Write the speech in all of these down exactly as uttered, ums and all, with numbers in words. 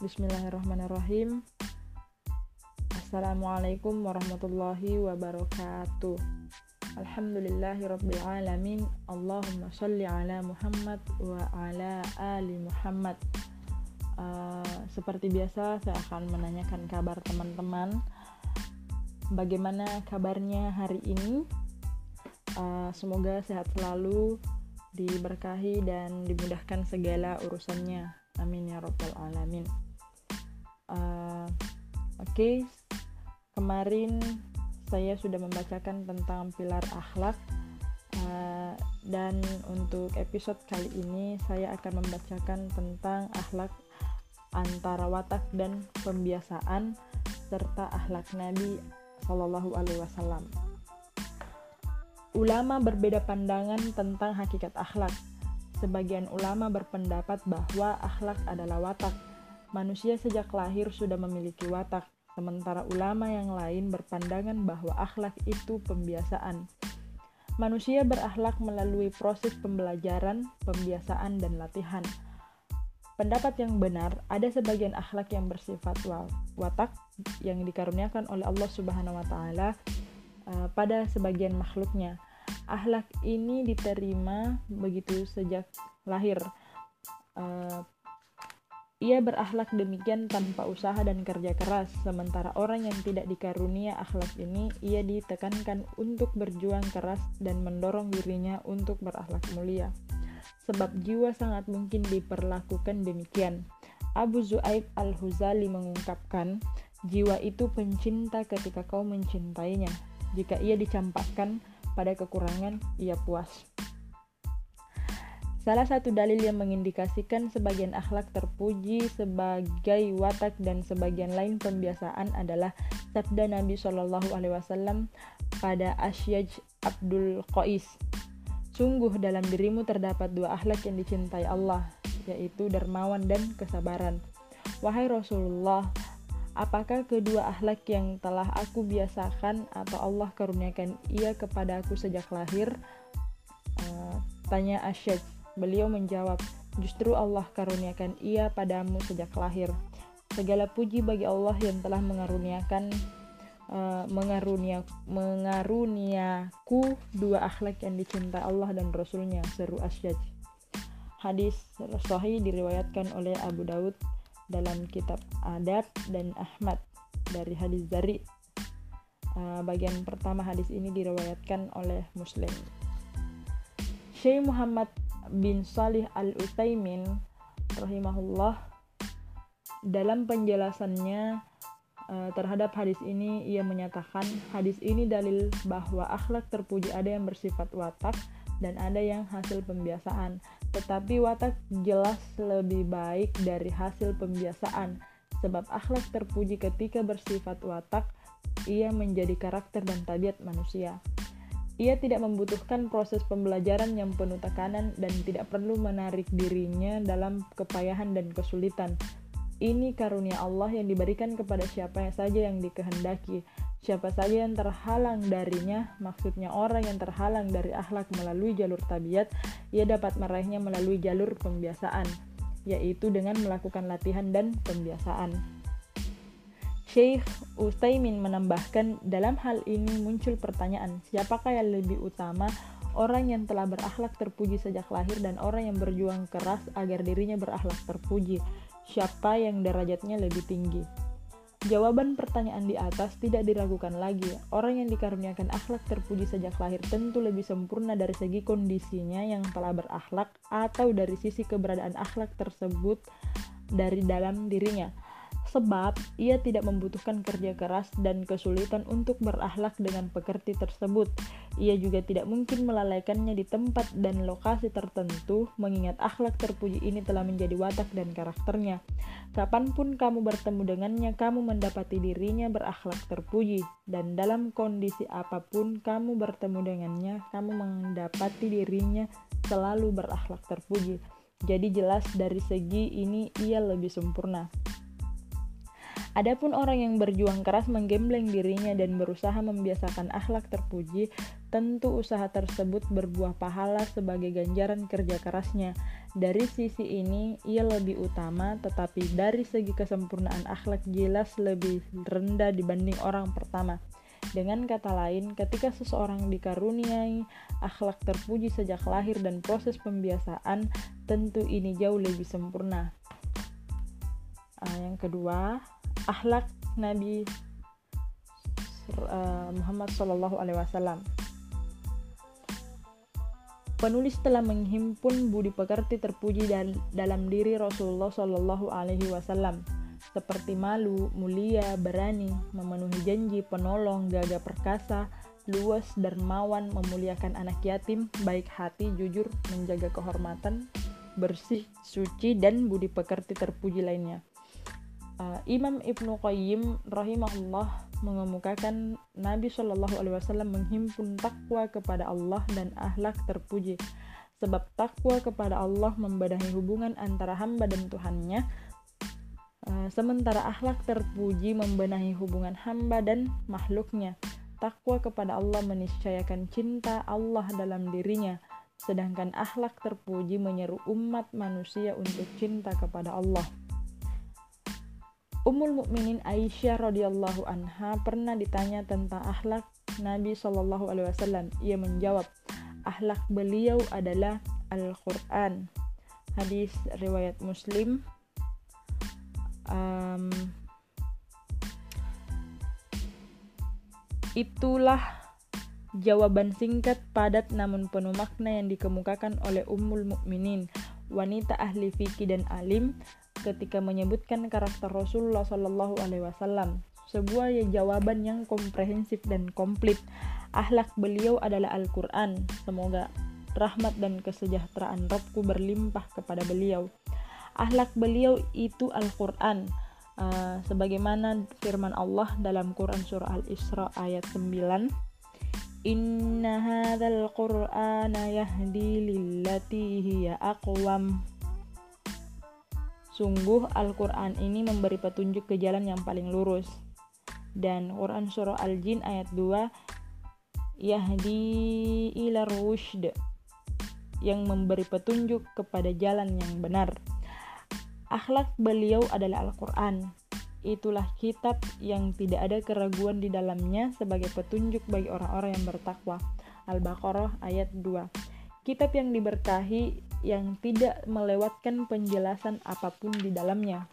Bismillahirrahmanirrahim. Assalamualaikum warahmatullahi wabarakatuh. Alhamdulillahirabbil alamin. Allahumma shalli ala Muhammad wa ala ali Muhammad. Uh, seperti biasa saya akan menanyakan kabar teman-teman. Bagaimana kabarnya hari ini? Uh, semoga sehat selalu, diberkahi dan dimudahkan segala urusannya. Amin ya rabbal alamin. Uh, Oke, okay. Kemarin saya sudah membacakan tentang pilar akhlak, uh, dan untuk episode kali ini saya akan membacakan tentang akhlak antara watak dan pembiasaan serta akhlak Nabi Shallallahu Alaihi Wasallam. Ulama berbeda pandangan tentang hakikat akhlak. Sebagian ulama berpendapat bahwa akhlak adalah watak. Manusia sejak lahir sudah memiliki watak, sementara ulama yang lain berpandangan bahwa akhlak itu pembiasaan. Manusia berakhlak melalui proses pembelajaran, pembiasaan, dan latihan. Pendapat yang benar, ada sebagian akhlak yang bersifat watak yang dikaruniakan oleh Allah Subhanahu wa taala uh, pada sebagian makhluknya. Akhlak ini diterima begitu sejak lahir. Uh, Ia berakhlak demikian tanpa usaha dan kerja keras, sementara orang yang tidak dikarunia akhlak ini, ia ditekankan untuk berjuang keras dan mendorong dirinya untuk berakhlak mulia. Sebab jiwa sangat mungkin diperlakukan demikian. Abu Zu'aib al-Huzali mengungkapkan, jiwa itu pencinta ketika kau mencintainya. Jika ia dicampakkan pada kekurangan, ia puas. Salah satu dalil yang mengindikasikan sebagian akhlak terpuji sebagai watak dan sebagian lain pembiasaan adalah sabda Nabi Shallallahu Alaihi Wasallam pada Asyaj Abdul Qais. Sungguh dalam dirimu terdapat dua akhlak yang dicintai Allah, yaitu dermawan dan kesabaran. Wahai Rasulullah, apakah kedua akhlak yang telah aku biasakan atau Allah karuniakan ia kepada aku sejak lahir? Uh, tanya Asyaj. Beliau menjawab, justru Allah karuniakan ia padamu sejak lahir. Segala puji bagi Allah yang telah mengaruniakan uh, mengarunia, mengaruniaku dua akhlak yang dicintai Allah dan Rasulnya, seru Asyaj. Hadis sahih diriwayatkan oleh Abu Daud dalam kitab Adab dan Ahmad dari hadis Zari. Uh, bagian pertama hadis ini diriwayatkan oleh Muslim. Syekh Muhammad bin Shalih Al-Utsaimin rahimahullah dalam penjelasannya uh, terhadap hadis ini, ia menyatakan hadis ini dalil bahwa akhlak terpuji ada yang bersifat watak dan ada yang hasil pembiasaan, tetapi watak jelas lebih baik dari hasil pembiasaan, sebab akhlak terpuji ketika bersifat watak ia menjadi karakter dan tabiat manusia. Ia tidak membutuhkan proses pembelajaran yang penuh tekanan dan tidak perlu menarik dirinya dalam kepayahan dan kesulitan. Ini karunia Allah yang diberikan kepada siapa saja yang dikehendaki. Siapa saja yang terhalang darinya, maksudnya orang yang terhalang dari akhlak melalui jalur tabiat, ia dapat meraihnya melalui jalur pembiasaan, yaitu dengan melakukan latihan dan pembiasaan. Syekh Utsaimin menambahkan, dalam hal ini muncul pertanyaan, siapakah yang lebih utama, orang yang telah berakhlak terpuji sejak lahir dan orang yang berjuang keras agar dirinya berakhlak terpuji? Siapa yang derajatnya lebih tinggi? Jawaban pertanyaan di atas tidak diragukan lagi. Orang yang dikaruniakan akhlak terpuji sejak lahir tentu lebih sempurna dari segi kondisinya yang telah berakhlak atau dari sisi keberadaan akhlak tersebut dari dalam dirinya. Sebab ia tidak membutuhkan kerja keras dan kesulitan untuk berakhlak dengan pekerti tersebut. Ia juga tidak mungkin melalaikannya di tempat dan lokasi tertentu, mengingat akhlak terpuji ini telah menjadi watak dan karakternya. Kapanpun kamu bertemu dengannya, kamu mendapati dirinya berakhlak terpuji, dan dalam kondisi apapun kamu bertemu dengannya, kamu mendapati dirinya selalu berakhlak terpuji. Jadi jelas dari segi ini ia lebih sempurna. Adapun orang yang berjuang keras menggembleng dirinya dan berusaha membiasakan akhlak terpuji, tentu usaha tersebut berbuah pahala sebagai ganjaran kerja kerasnya. Dari sisi ini, ia lebih utama, tetapi dari segi kesempurnaan akhlak jelas lebih rendah dibanding orang pertama. Dengan kata lain, ketika seseorang dikaruniai akhlak terpuji sejak lahir dan proses pembiasaan, tentu ini jauh lebih sempurna. Uh, yang kedua, akhlak Nabi uh, Muhammad shallallahu alaihi wasallam. Penulis telah menghimpun budi pekerti terpuji dal- dalam diri Rasulullah shallallahu alaihi wasallam, seperti malu, mulia, berani, memenuhi janji, penolong, gagah perkasa, luas, dermawan, memuliakan anak yatim, baik hati, jujur, menjaga kehormatan, bersih, suci, dan budi pekerti terpuji lainnya. Uh, Imam Ibnu Qayyim rahimahullah mengemukakan Nabi Shallallahu Alaihi Wasallam menghimpun takwa kepada Allah dan akhlak terpuji. Sebab takwa kepada Allah membenahi hubungan antara hamba dan Tuhannya, uh, sementara akhlak terpuji membenahi hubungan hamba dan makhluknya. Takwa kepada Allah meniscayakan cinta Allah dalam dirinya, sedangkan akhlak terpuji menyeru umat manusia untuk cinta kepada Allah. Ummul Mukminin Aisyah radhiyallahu anha pernah ditanya tentang akhlak Nabi shallallahu alaihi wasallam. Ia menjawab, akhlak beliau adalah Al-Quran. Hadis riwayat Muslim. Um, itulah jawaban singkat, padat namun penuh makna yang dikemukakan oleh Ummul Mukminin, wanita ahli fikih dan alim, ketika menyebutkan karakter Rasulullah shallallahu alaihi wasallam. Sebuah ya jawaban yang komprehensif dan komplit. Akhlak beliau adalah Al-Quran. Semoga rahmat dan kesejahteraan Rabbku berlimpah kepada beliau. Akhlak beliau itu Al-Quran. Uh, sebagaimana firman Allah dalam Quran surah Al-Isra ayat sembilan. Inna hadzal Qur'ana yahdi lillati hiya aqwam. Sungguh Al-Quran ini memberi petunjuk ke jalan yang paling lurus. Dan Quran surah Al-Jin ayat dua, Yahdi ila rushd, yang memberi petunjuk kepada jalan yang benar. Akhlak beliau adalah Al-Quran. Itulah kitab yang tidak ada keraguan di dalamnya sebagai petunjuk bagi orang-orang yang bertakwa. Al-Baqarah ayat dua. Kitab yang diberkahi yang tidak melewatkan penjelasan apapun di dalamnya.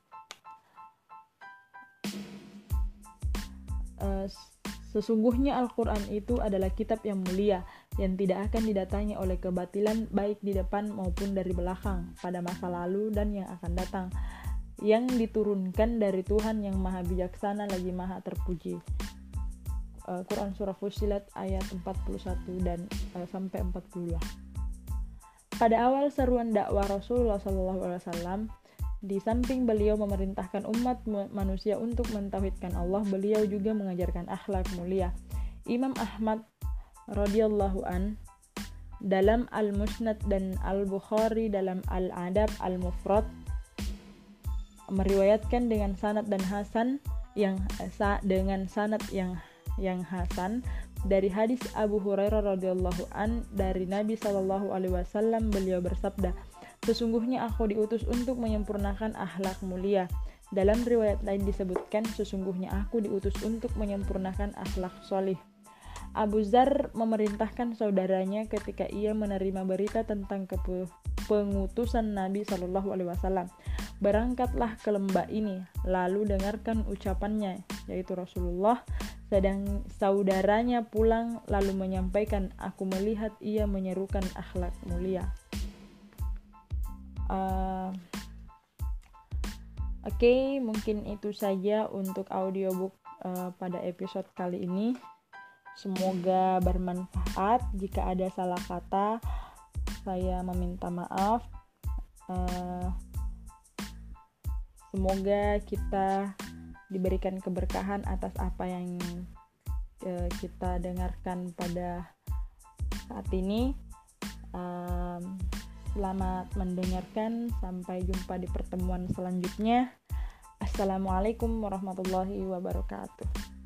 Uh, sesungguhnya Al-Quran itu adalah kitab yang mulia, yang tidak akan didatangi oleh kebatilan baik di depan maupun dari belakang, pada masa lalu dan yang akan datang, yang diturunkan dari Tuhan yang maha bijaksana lagi maha terpuji. Uh, Quran surah Fussilat ayat empat puluh satu dan uh, sampai empat puluh. Pada awal seruan dakwah Rasulullah shallallahu alaihi wasallam, di samping beliau memerintahkan umat manusia untuk mentauhidkan Allah, beliau juga mengajarkan akhlak mulia. Imam Ahmad radhiyallahu an dalam Al-Musnad dan Al-Bukhari dalam Al-Adab Al-Mufrad meriwayatkan dengan sanad dan hasan yang dengan sanad yang yang hasan dari hadis Abu Hurairah radhiyallahu an dari Nabi sallallahu alaihi wasallam, beliau bersabda, sesungguhnya aku diutus untuk menyempurnakan akhlak mulia. Dalam riwayat lain disebutkan, sesungguhnya aku diutus untuk menyempurnakan akhlak sholih. Abu Dzar memerintahkan saudaranya ketika ia menerima berita tentang kepu- pengutusan Nabi sallallahu alaihi wasallam, berangkatlah ke lembah ini, lalu dengarkan ucapannya, yaitu Rasulullah. Sedang saudaranya pulang lalu menyampaikan, aku melihat ia menyerukan akhlak mulia. Uh, Oke, okay, mungkin itu saja untuk audiobook uh, pada episode kali ini. Semoga bermanfaat. Jika ada salah kata, saya meminta maaf. Uh, semoga kita diberikan keberkahan atas apa yang uh, kita dengarkan pada saat ini. Um, selamat mendengarkan, sampai jumpa di pertemuan selanjutnya. Wassalamualaikum warahmatullahi wabarakatuh.